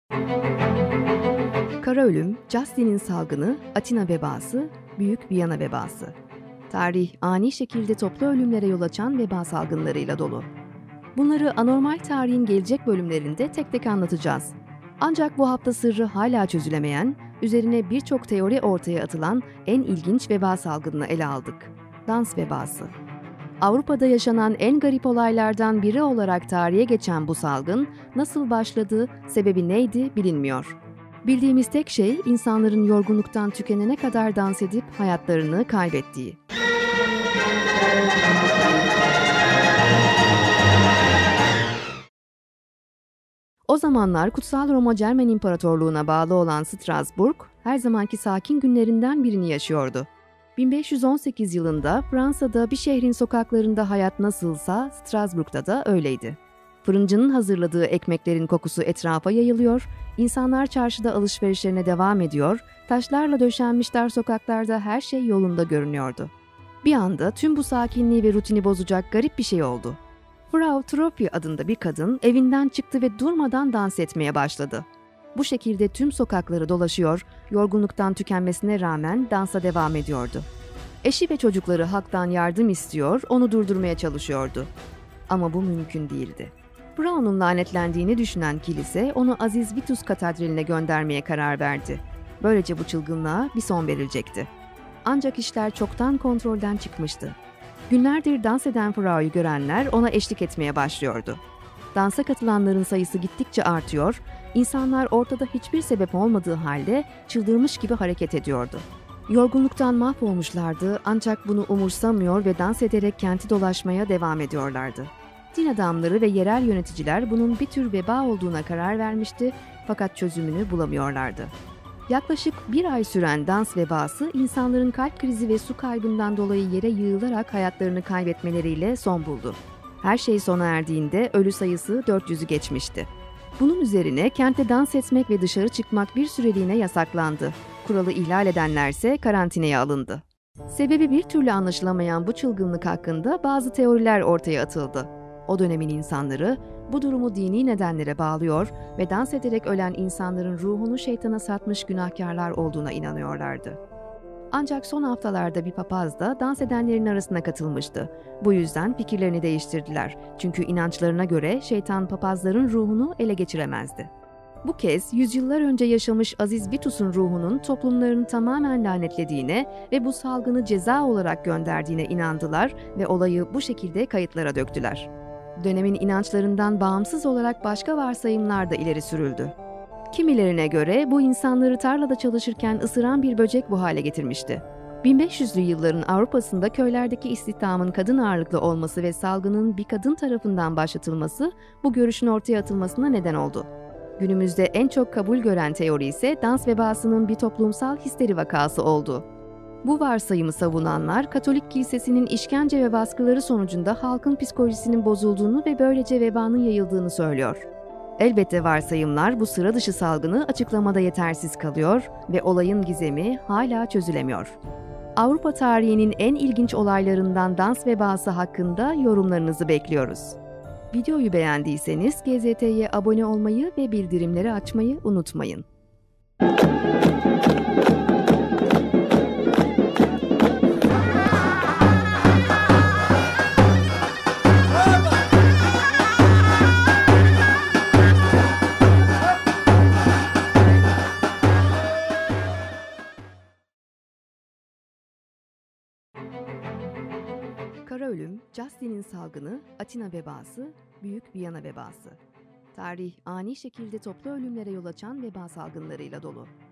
Kara Ölüm, Justin'in salgını, Atina vebası, Büyük Viyana vebası. Tarih, ani şekilde toplu ölümlere yol açan veba salgınlarıyla dolu. Bunları Anormal Tarihin gelecek bölümlerinde tek tek anlatacağız. Ancak bu hafta sırrı hala çözülemeyen, üzerine birçok teori ortaya atılan en ilginç veba salgınını ele aldık. Dans vebası. Avrupa'da yaşanan en garip olaylardan biri olarak tarihe geçen bu salgın nasıl başladı, sebebi neydi bilinmiyor. Bildiğimiz tek şey insanların yorgunluktan tükenene kadar dans edip hayatlarını kaybettiği. O zamanlar Kutsal Roma Cermen İmparatorluğu'na bağlı olan Strasbourg, her zamanki sakin günlerinden birini yaşıyordu. 1518 yılında Fransa'da bir şehrin sokaklarında hayat nasılsa Strasbourg'da da öyleydi. Fırıncının hazırladığı ekmeklerin kokusu etrafa yayılıyor, insanlar çarşıda alışverişlerine devam ediyor, taşlarla döşenmiş dar sokaklarda her şey yolunda görünüyordu. Bir anda tüm bu sakinliği ve rutini bozacak garip bir şey oldu. Frau Troppi adında bir kadın evinden çıktı ve durmadan dans etmeye başladı. Bu şekilde tüm sokakları dolaşıyor, yorgunluktan tükenmesine rağmen dansa devam ediyordu. Eşi ve çocukları halktan yardım istiyor, onu durdurmaya çalışıyordu. Ama bu mümkün değildi. Frau'nun lanetlendiğini düşünen kilise onu Aziz Vitus Katedrali'ne göndermeye karar verdi. Böylece bu çılgınlığa bir son verilecekti. Ancak işler çoktan kontrolden çıkmıştı. Günlerdir dans eden Frau'yu görenler ona eşlik etmeye başlıyordu. Dansa katılanların sayısı gittikçe artıyor, insanlar ortada hiçbir sebep olmadığı halde çıldırmış gibi hareket ediyordu. Yorgunluktan mahvolmuşlardı ancak bunu umursamıyor ve dans ederek kenti dolaşmaya devam ediyorlardı. Din adamları ve yerel yöneticiler bunun bir tür veba olduğuna karar vermişti fakat çözümünü bulamıyorlardı. Yaklaşık bir ay süren dans vebası insanların kalp krizi ve su kaybından dolayı yere yığılarak hayatlarını kaybetmeleriyle son buldu. Her şey sona erdiğinde ölü sayısı 400'ü geçmişti. Bunun üzerine kentte dans etmek ve dışarı çıkmak bir süreliğine yasaklandı. Kuralı ihlal edenlerse karantinaya alındı. Sebebi bir türlü anlaşılamayan bu çılgınlık hakkında bazı teoriler ortaya atıldı. O dönemin insanları bu durumu dini nedenlere bağlıyor ve dans ederek ölen insanların ruhunu şeytana satmış günahkarlar olduğuna inanıyorlardı. Ancak son haftalarda bir papaz da dans edenlerin arasına katılmıştı. Bu yüzden fikirlerini değiştirdiler. Çünkü inançlarına göre şeytan papazların ruhunu ele geçiremezdi. Bu kez yüzyıllar önce yaşamış Aziz Vitus'un ruhunun toplumlarını tamamen lanetlediğine ve bu salgını ceza olarak gönderdiğine inandılar ve olayı bu şekilde kayıtlara döktüler. Dönemin inançlarından bağımsız olarak başka varsayımlar da ileri sürüldü. Kimilerine göre bu insanları tarlada çalışırken ısıran bir böcek bu hale getirmişti. 1500'lü yılların Avrupa'sında köylerdeki istihdamın kadın ağırlıklı olması ve salgının bir kadın tarafından başlatılması bu görüşün ortaya atılmasına neden oldu. Günümüzde en çok kabul gören teori ise dans vebasının bir toplumsal histeri vakası oldu. Bu varsayımı savunanlar, Katolik Kilisesi'nin işkence ve baskıları sonucunda halkın psikolojisinin bozulduğunu ve böylece vebanın yayıldığını söylüyor. Elbette varsayımlar bu sıra dışı salgını açıklamada yetersiz kalıyor ve olayın gizemi hala çözülemiyor. Avrupa tarihinin en ilginç olaylarından dans vebası hakkında yorumlarınızı bekliyoruz. Videoyu beğendiyseniz GZT'ye abone olmayı ve bildirimleri açmayı unutmayın. Kara Ölüm, Justin'in salgını, Atina vebası, Büyük Viyana vebası. Tarih, ani şekilde toplu ölümlere yol açan veba salgınlarıyla dolu.